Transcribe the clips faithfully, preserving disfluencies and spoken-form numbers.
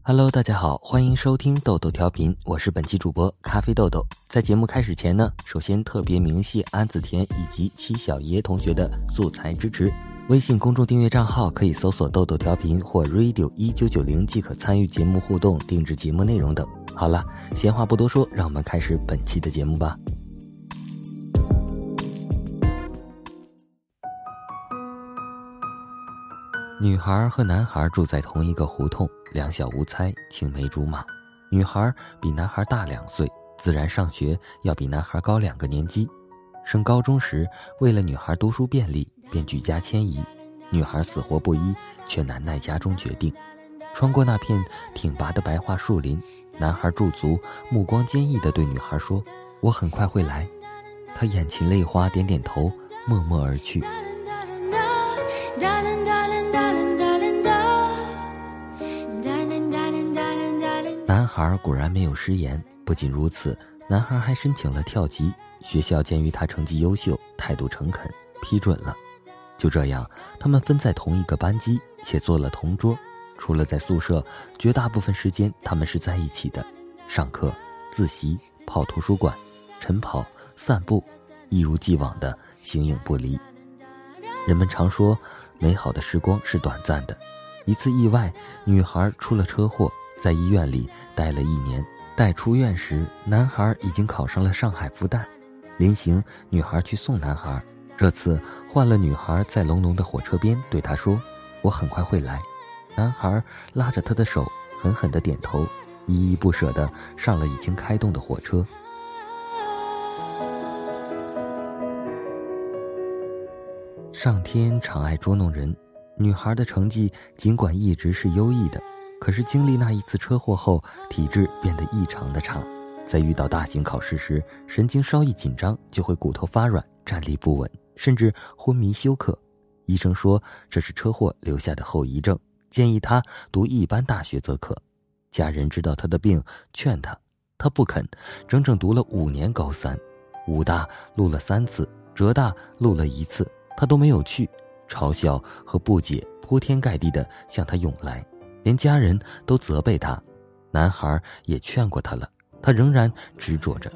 Hello， 大家好，欢迎收听豆豆调频，我是本期主播咖啡豆豆。在节目开始前呢，首先特别鸣谢安子田以及七小爷同学的素材支持。微信公众订阅账号可以搜索豆豆调频或 radio 一九九零即可参与节目互动、定制节目内容等。好了，闲话不多说，让我们开始本期的节目吧。女孩和男孩住在同一个胡同，两小无猜，青梅竹马。女孩比男孩大两岁，自然上学要比男孩高两个年级。升高中时，为了女孩读书便利，便举家迁移。女孩死活不依，却难耐家中决定。穿过那片挺拔的白桦树林，男孩驻足，目光坚毅地对女孩说：“我很快会来。”她眼噙泪花，点点头，默默而去。男孩果然没有食言，不仅如此，男孩还申请了跳级，学校鉴于他成绩优秀，态度诚恳，批准了。就这样，他们分在同一个班级，且做了同桌。除了在宿舍，绝大部分时间他们是在一起的。上课、自习、泡图书馆、晨跑、散步，一如既往的形影不离。人们常说，美好的时光是短暂的。一次意外，女孩出了车祸，在医院里待了一年。待出院时，男孩已经考上了上海复旦。临行，女孩去送男孩，这次换了女孩，在隆隆的火车边对他说：“我很快会来。”男孩拉着她的手，狠狠地点头，依依不舍地上了已经开动的火车。上天常爱捉弄人，女孩的成绩尽管一直是优异的，可是经历那一次车祸后，体质变得异常的差。在遇到大型考试时，神经稍一紧张就会骨头发软，站立不稳，甚至昏迷休克。医生说这是车祸留下的后遗症，建议她读一般大学则可。家人知道她的病，劝她，她不肯，整整读了五年高三。武大录了三次，浙大录了一次，她都没有去。嘲笑和不解铺天盖地地向她涌来，连家人都责备她。男孩也劝过她了，她仍然执着着。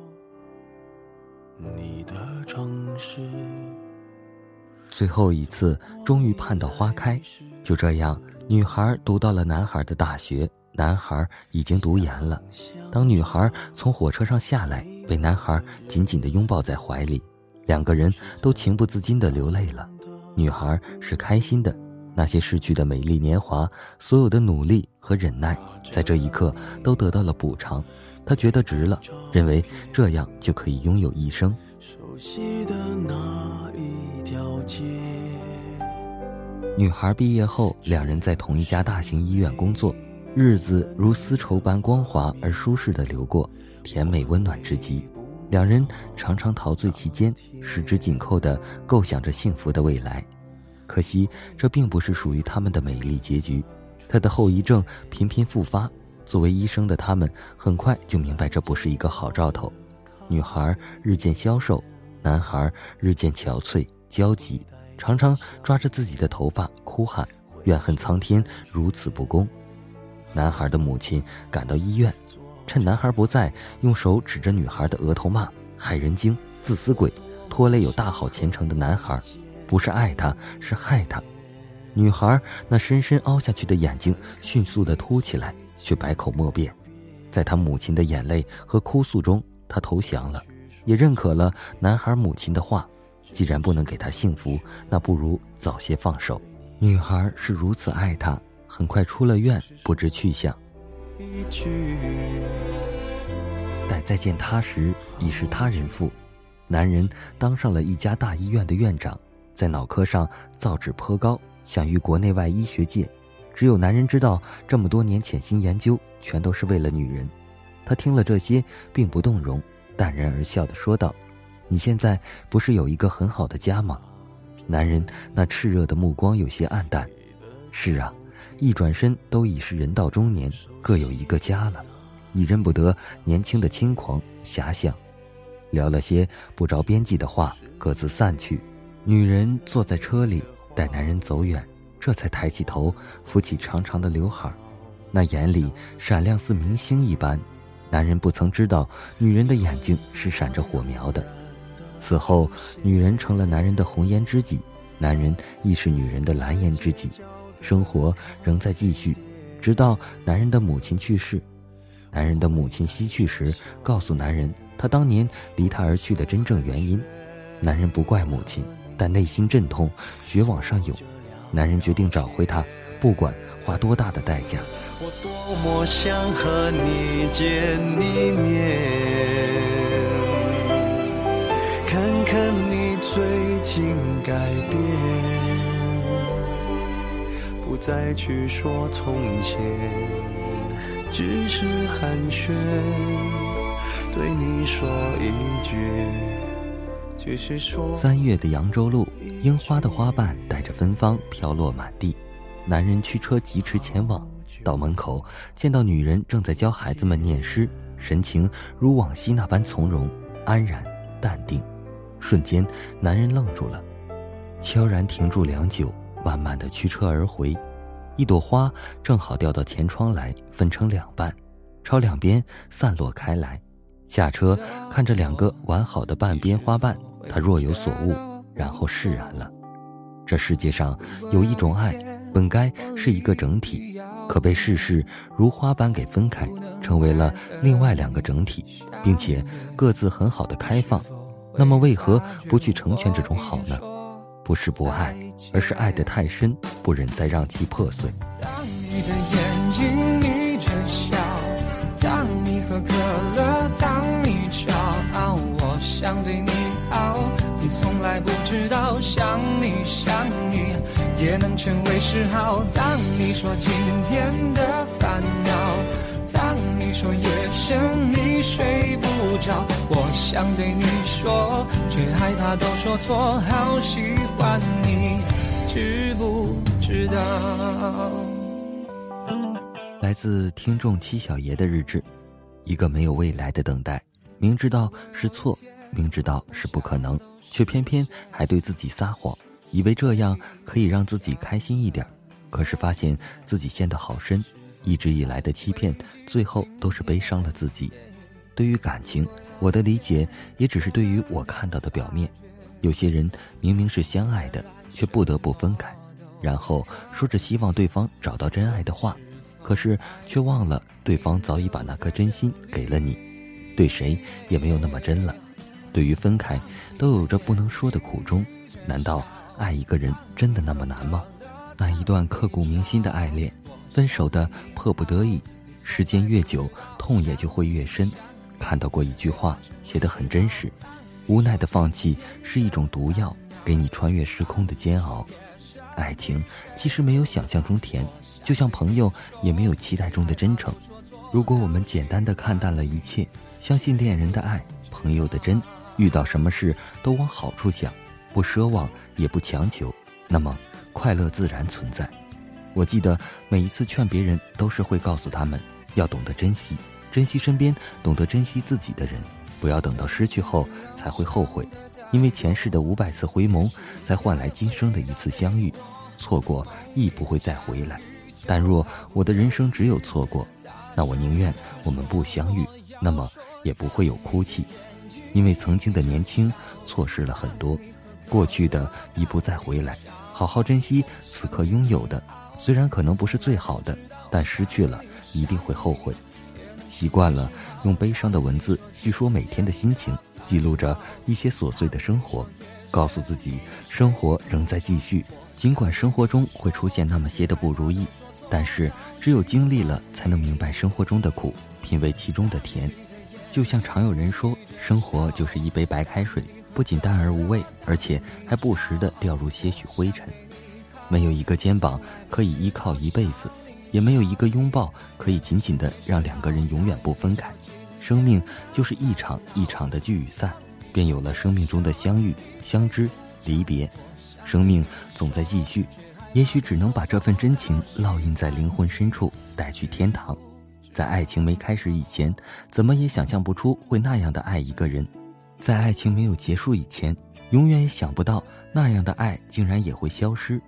你的城市最后一次终于盼到花开。就这样，女孩读到了男孩的大学，男孩已经读研了。当女孩从火车上下来，被男孩紧紧地拥抱在怀里，两个人都情不自禁地流泪了。女孩是开心的，那些逝去的美丽年华，所有的努力和忍耐，在这一刻都得到了补偿。她觉得值了，认为这样就可以拥有一生。熟悉的那一条街。女孩毕业后，两人在同一家大型医院工作，日子如丝绸般光滑而舒适地流过，甜美温暖至极。两人常常陶醉其间，十指紧扣地构想着幸福的未来。可惜这并不是属于他们的美丽结局，她的后遗症频频复发。作为医生的他们很快就明白这不是一个好兆头。女孩日渐消瘦，男孩日渐憔悴焦急，常常抓着自己的头发哭喊，怨恨苍天如此不公。男孩的母亲赶到医院，趁男孩不在，用手指着女孩的额头骂：“害人精，自私鬼，拖累有大好前程的男孩，不是爱他，是害他。”女孩那深深凹下去的眼睛迅速地凸起来，却百口莫辩。在她母亲的眼泪和哭诉中，她投降了，也认可了男孩母亲的话，既然不能给他幸福，那不如早些放手。女孩是如此爱他，很快出了院，不知去向。待再见他时，已是他人妇。男人当上了一家大医院的院长，在脑科上造诣颇高，享誉国内外医学界。只有男人知道，这么多年潜心研究，全都是为了女人。他听了这些，并不动容，淡然而笑地说道：“你现在不是有一个很好的家吗？”男人那炽热的目光有些暗淡。是啊，一转身都已是人到中年，各有一个家了，已认不得年轻的轻狂遐想。聊了些不着边际的话，各自散去。女人坐在车里，待男人走远，这才抬起头，扶起长长的刘海。 那眼里闪亮似明星一般。男人不曾知道，女人的眼睛是闪着火苗的。此后，女人成了男人的红颜知己，男人亦是女人的蓝颜知己。生活仍在继续，直到男人的母亲去世。男人的母亲西去时，告诉男人他当年离他而去的真正原因。男人不怪母亲，但内心阵痛，血往上涌。男人决定找回她，不管花多大的代价。 我多么想和你见一面，看看你最近改变，不再去说从前，只是寒暄，对你说一句，只是说。 三月的扬州路，樱花的花瓣带着芬芳飘落满地。男人驱车疾驰前往，到门口见到女人正在教孩子们念诗，神情如往昔那般从容、安然、淡定。瞬间，男人愣住了，悄然停住良久，慢慢地驱车而回。一朵花正好掉到前窗来，分成两半，朝两边散落开来。下车看着两个完好的半边花瓣，他若有所悟，然后释然了。这世界上有一种爱，本该是一个整体，可被世事如花般给分开，成为了另外两个整体，并且各自很好的开放。那么为何不去成全这种好呢？不是不爱，而是爱得太深，不忍再让其破碎。 当你的眼睛眯着笑，当你喝可乐，当你骄傲，我想对你好，你从来不知道，想你想你也能成为嗜好。当你说今天的烦恼，当你说夜深你睡不着，我想对你说，却害怕都说错，好喜欢你，知不知道？ 来自听众七小爷的日志。一个没有未来的等待，明知道是错，明知道是不可能，却偏偏还对自己撒谎，以为这样可以让自己开心一点，可是发现自己陷得好深，一直以来的欺骗，最后都是悲伤了自己。对于感情，我的理解也只是对于我看到的表面。有些人明明是相爱的，却不得不分开，然后说着希望对方找到真爱的话，可是却忘了对方早已把那颗真心给了你，对谁也没有那么真了。对于分开，都有着不能说的苦衷，难道爱一个人真的那么难吗？那一段刻骨铭心的爱恋，分手的迫不得已，时间越久，痛也就会越深。看到过一句话，写得很真实，无奈的放弃是一种毒药，给你穿越时空的煎熬。爱情其实没有想象中甜，就像朋友也没有期待中的真诚。如果我们简单的看淡了一切，相信恋人的爱，朋友的真，遇到什么事都往好处想，不奢望也不强求，那么快乐自然存在。我记得每一次劝别人，都是会告诉他们要懂得珍惜，珍惜身边懂得珍惜自己的人，不要等到失去后才会后悔，因为前世的五百次回眸，才换来今生的一次相遇，错过亦不会再回来。但若我的人生只有错过，那我宁愿我们不相遇，那么也不会有哭泣。因为曾经的年轻错失了很多，过去的已不再回来，好好珍惜此刻拥有的，虽然可能不是最好的，但失去了一定会后悔。习惯了用悲伤的文字叙说每天的心情，记录着一些琐碎的生活，告诉自己生活仍在继续，尽管生活中会出现那么些的不如意，但是只有经历了才能明白生活中的苦，品味其中的甜。就像常有人说，生活就是一杯白开水，不仅淡而无味，而且还不时地掉入些许灰尘。没有一个肩膀可以依靠一辈子，也没有一个拥抱可以紧紧地让两个人永远不分开。生命就是一场一场的聚与散，便有了生命中的相遇、相知、离别。生命总在继续，也许只能把这份真情烙印在灵魂深处，带去天堂。在爱情没开始以前，怎么也想象不出会那样的爱一个人；在爱情没有结束以前，永远也想不到那样的爱竟然也会消失。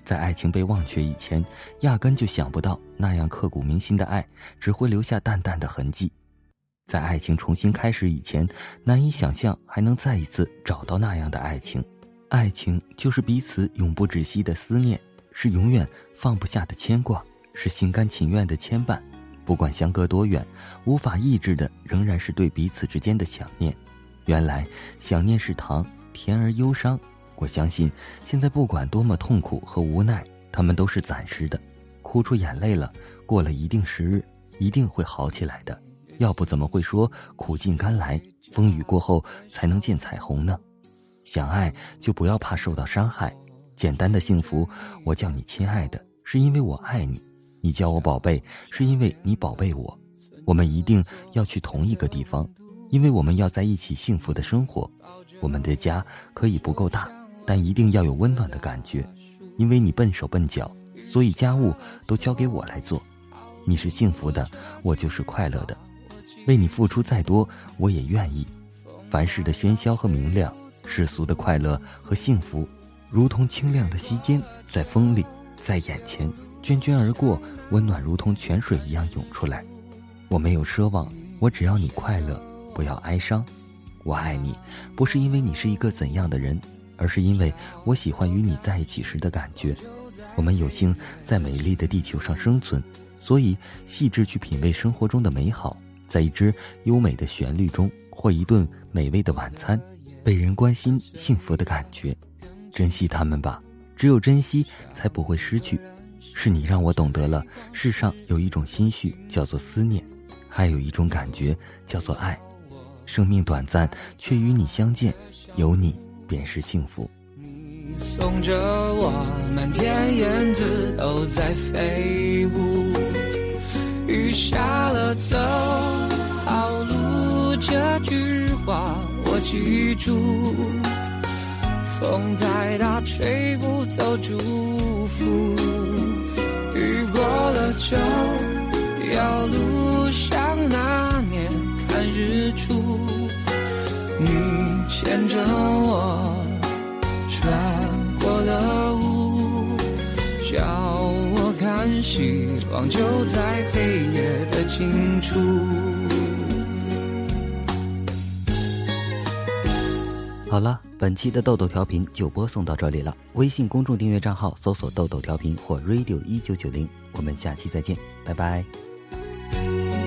在爱情被忘却以前，压根就想不到那样刻骨铭心的爱只会留下淡淡的痕迹。在爱情重新开始以前，难以想象还能再一次找到那样的爱情。爱情就是彼此永不止息的思念，是永远放不下的牵挂，是心甘情愿的牵绊。不管相隔多远，无法抑制的仍然是对彼此之间的想念。原来想念是糖，甜而忧伤。我相信现在不管多么痛苦和无奈，他们都是暂时的。哭出眼泪了，过了一定时日，一定会好起来的。要不怎么会说苦尽甘来，风雨过后才能见彩虹呢？想爱就不要怕受到伤害。简单的幸福，我叫你亲爱的，是因为我爱你；你叫我宝贝，是因为你宝贝我。我们一定要去同一个地方，因为我们要在一起幸福的生活。我们的家可以不够大，但一定要有温暖的感觉。因为你笨手笨脚，所以家务都交给我来做。你是幸福的，我就是快乐的。为你付出再多，我也愿意。凡事的喧嚣和明亮，世俗的快乐和幸福，如同清亮的溪间，在风里，在眼前涓涓而过，温暖如同泉水一样涌出来。我没有奢望，我只要你快乐，不要哀伤。我爱你，不是因为你是一个怎样的人，而是因为我喜欢与你在一起时的感觉。我们有幸在美丽的地球上生存，所以细致去品味生活中的美好，在一支优美的旋律中，或一顿美味的晚餐，被人关心幸福的感觉。珍惜他们吧，只有珍惜才不会失去。是你让我懂得了世上有一种心绪叫做思念，还有一种感觉叫做爱。生命短暂，却与你相见，有你便是幸福。 你送着我，满天燕子都在飞舞，雨下了走好路，这句话我记住。风再大吹不走祝福，雨过了就要路像那年看日出。你牵着我穿过了雾，叫我看希望就在黑夜的尽处。 好了，本期的豆豆调频就播送到这里了。微信公众订阅账号搜索豆豆调频或 radio 一九九零，我们下期再见，拜拜。